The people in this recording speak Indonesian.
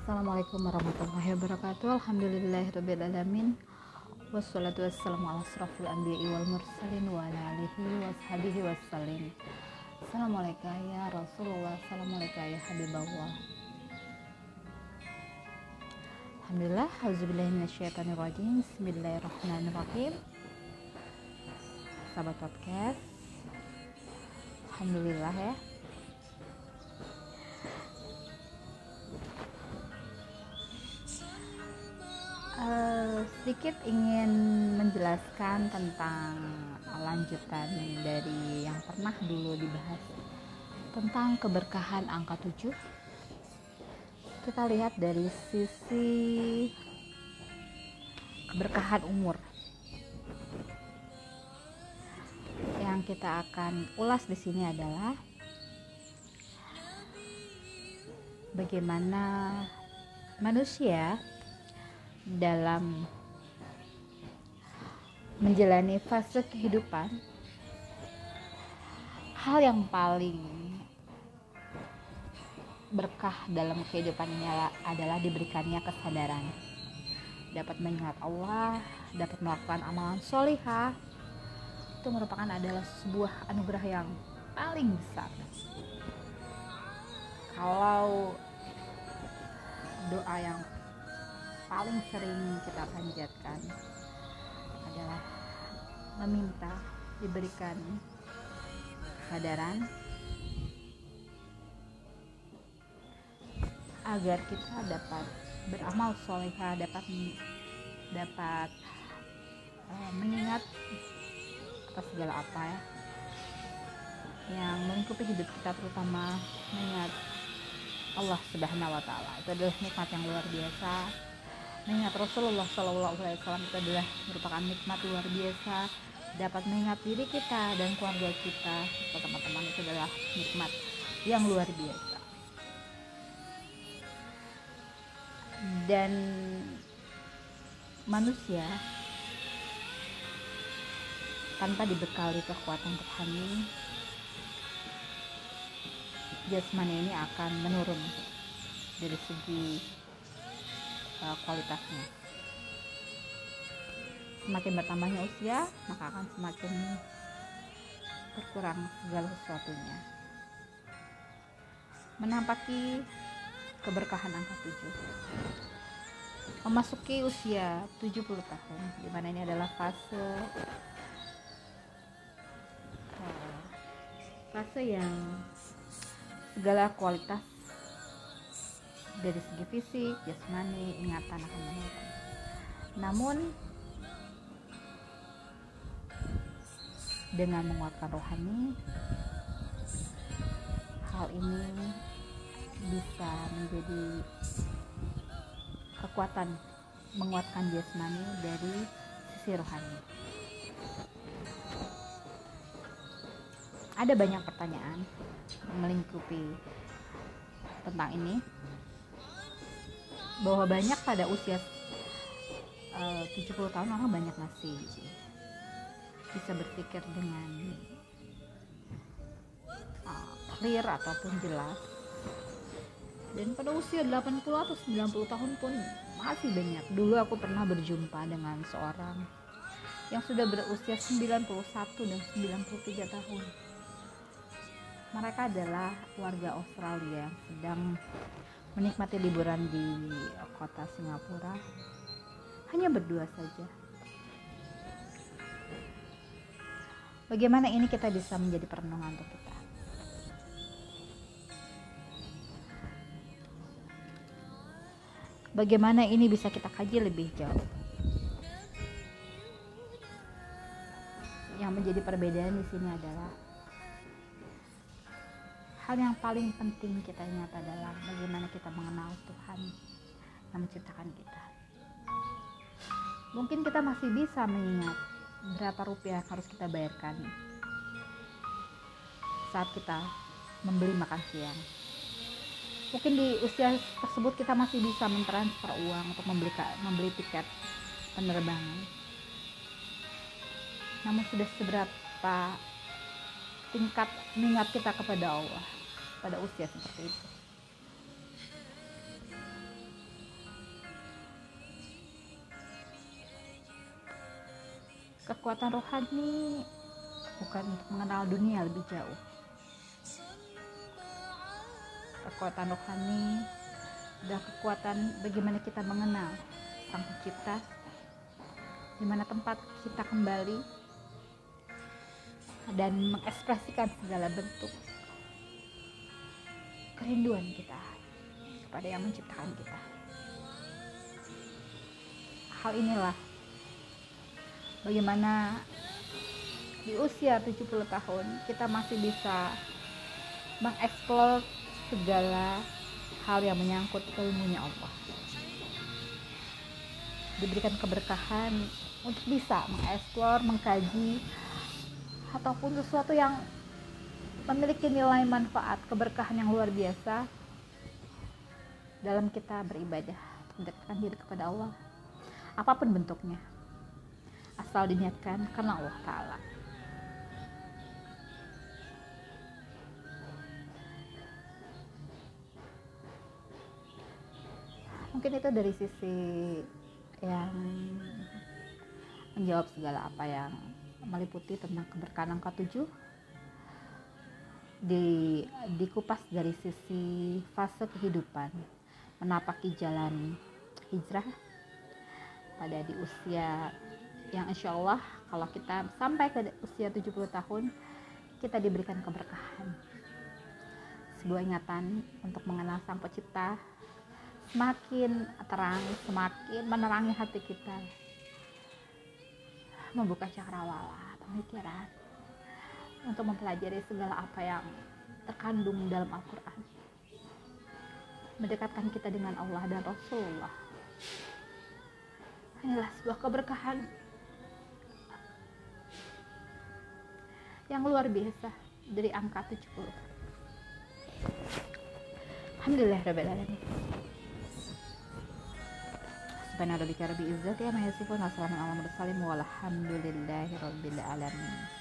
Assalamualaikum warahmatullahi wabarakatuh. Alhamdulillahirrabbilalamin. Wassalatu wassalamu ala asrafil anbiya'i wal mursalin wa ala alihi washabihi wassalim. Assalamualaikum ya Rasulullah, assalamualaikum ya Habibullah. Alhamdulillah, auzubillahi minasyaitonirrajim. Bismillahirrahmanirrahim. Sahabat podcast, alhamdulillah ya. Sedikit ingin menjelaskan tentang lanjutan dari yang pernah dulu dibahas tentang keberkahan angka 7. Kita lihat dari sisi keberkahan umur. Yang kita akan ulas di sini adalah bagaimana manusia dalam menjalani fase kehidupan, hal yang paling berkah dalam kehidupan ini adalah diberikannya kesadaran, dapat mengingat Allah, dapat melakukan amalan sholihah. Itu merupakan adalah sebuah anugerah yang paling besar. Kalau doa yang paling sering kita panjatkan adalah meminta diberikan kesadaran agar kita dapat beramal sholihah, dapat mengingat atas segala apa ya yang melingkupi hidup kita, terutama mengingat Allah Subhanahu wa Ta'ala. Itu adalah nikmat yang luar biasa. Mengingat Rasulullah SAW itu adalah merupakan nikmat luar biasa. Dapat mengingat diri kita dan keluarga kita serta teman-teman, itu adalah nikmat yang luar biasa. Dan manusia tanpa dibekali kekuatan rohani, jasmani ini akan menurun dari segi kualitasnya. Semakin bertambahnya usia, maka akan semakin berkurang segala sesuatunya. Menampaki keberkahan angka 7, memasuki usia 70 tahun, di mana ini adalah fase yang segala kualitas dari segi fisik, jasmani, ingatan akan menurun. Namun dengan menguatkan rohani, hal ini bisa menjadi kekuatan menguatkan jasmani dari sisi rohani. Ada banyak pertanyaan melingkupi tentang ini, bahwa banyak pada usia 70 tahun orang banyak masih bisa berpikir dengan clear ataupun jelas, dan pada usia 80 atau 90 tahun pun masih banyak. Dulu aku pernah berjumpa dengan seorang yang sudah berusia 91 dan 93 tahun. Mereka adalah warga Australia yang sedang menikmati liburan di kota Singapura, hanya berdua saja. Bagaimana ini kita bisa menjadi perenungan untuk kita. Bagaimana ini bisa kita kaji lebih jauh. Yang menjadi perbedaan di sini adalah hal yang paling penting kita ingat adalah bagaimana kita mengenal Tuhan yang menciptakan kita. Mungkin kita masih bisa mengingat berapa rupiah harus kita bayarkan saat kita membeli makan siang. Mungkin di usia tersebut kita masih bisa mentransfer uang untuk membeli tiket penerbangan. Namun sudah seberapa tingkat minat kita kepada Allah pada usia seperti itu. Kekuatan rohani bukan untuk mengenal dunia lebih jauh. Kekuatan rohani adalah kekuatan bagaimana kita mengenal Sang Pencipta, di mana tempat kita kembali dan mengekspresikan segala bentuk kerinduan kita kepada yang menciptakan kita. Hal inilah bagaimana di usia 70 tahun kita masih bisa mengeksplor segala hal yang menyangkut ilmunya Allah. Diberikan keberkahan untuk bisa mengeksplor, mengkaji, ataupun sesuatu yang memiliki nilai manfaat, keberkahan yang luar biasa dalam kita beribadah, mendekatkan diri kepada Allah, apapun bentuknya, asal diniatkan karena Allah Ta'ala. Mungkin itu dari sisi yang menjawab segala apa yang meliputi tentang keberkahan angka 7. Dikupas dari sisi fase kehidupan, menapaki jalan hijrah pada di usia yang insya Allah kalau kita sampai ke usia 70 tahun kita diberikan keberkahan, sebuah ingatan untuk mengenal Sang Pencipta semakin terang, semakin menerangi hati kita, membuka cakrawala pemikiran untuk mempelajari segala apa yang terkandung dalam Al-Quran, mendekatkan kita dengan Allah dan Rasulullah. Inilah sebuah keberkahan yang luar biasa dari angka 70. Alhamdulillahirabbil alamin. Subhanarabbika rabbil izzati amma yasifun wa salamun alal mursalin walhamdulillahi rabbil alamin.